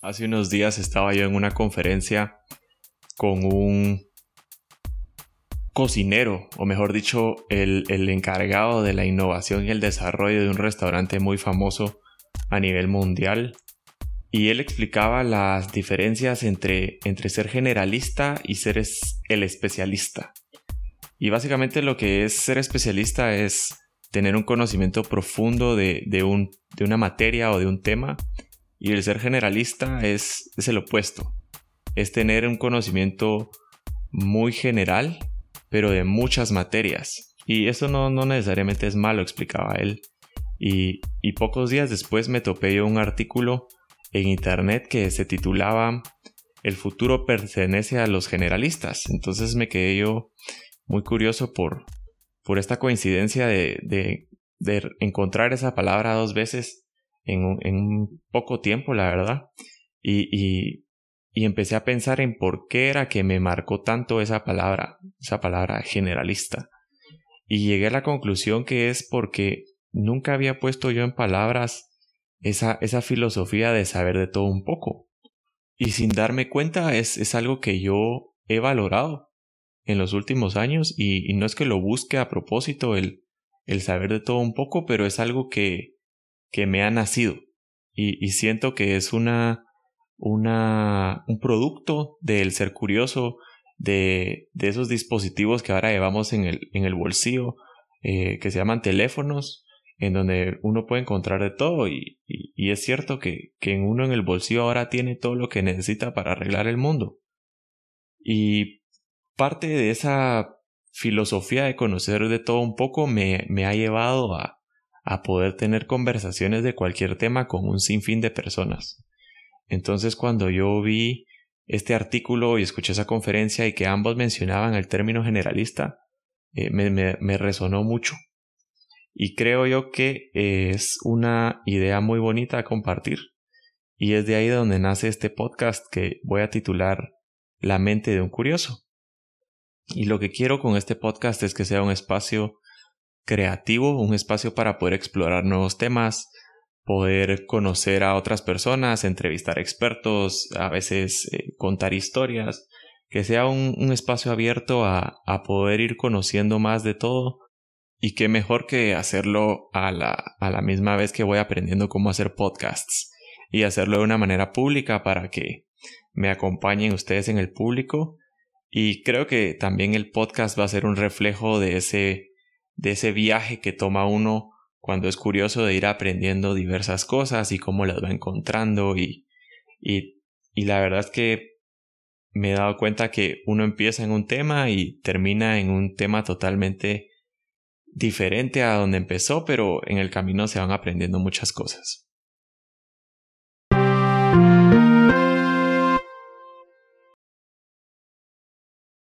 Hace unos días estaba yo en una conferencia con un cocinero, o mejor dicho, el encargado de la innovación y el desarrollo de un restaurante muy famoso a nivel mundial. Y él explicaba las diferencias entre ser generalista y ser el especialista. Y básicamente lo que es ser especialista es tener un conocimiento profundo de una materia o de un tema. Y el ser generalista es el opuesto. Es tener un conocimiento muy general, pero de muchas materias. Y eso no necesariamente es malo, explicaba él. Y pocos días después me topé yo un artículo en internet que se titulaba "El futuro pertenece a los generalistas". Entonces me quedé yo muy curioso por esta coincidencia de encontrar esa palabra dos veces en un poco tiempo, la verdad. Y empecé a pensar en por qué era que me marcó tanto esa palabra generalista. Y llegué a la conclusión que es porque nunca había puesto yo en palabras esa filosofía de saber de todo un poco. Y sin darme cuenta es algo que yo he valorado en los últimos años y no es que lo busque a propósito el saber de todo un poco, pero es algo que me ha nacido y siento que es un producto del ser curioso, de esos dispositivos que ahora llevamos en el bolsillo, que se llaman teléfonos, en donde uno puede encontrar de todo y es cierto que uno en el bolsillo ahora tiene todo lo que necesita para arreglar el mundo. Y parte de esa filosofía de conocer de todo un poco me ha llevado a poder tener conversaciones de cualquier tema con un sinfín de personas. Entonces, cuando yo vi este artículo y escuché esa conferencia y que ambos mencionaban el término generalista, me resonó mucho. Y creo yo que es una idea muy bonita a compartir. Y es de ahí donde nace este podcast que voy a titular La mente de un curioso. Y lo que quiero con este podcast es que sea un espacio creativo, un espacio para poder explorar nuevos temas, poder conocer a otras personas, entrevistar expertos, a veces contar historias, que sea un espacio abierto a poder ir conociendo más de todo. Y qué mejor que hacerlo a la misma vez que voy aprendiendo cómo hacer podcasts y hacerlo de una manera pública para que me acompañen ustedes en el público. Y creo que también el podcast va a ser un reflejo de ese viaje que toma uno cuando es curioso de ir aprendiendo diversas cosas y cómo las va encontrando y la verdad es que me he dado cuenta que uno empieza en un tema y termina en un tema totalmente diferente a donde empezó, pero en el camino se van aprendiendo muchas cosas.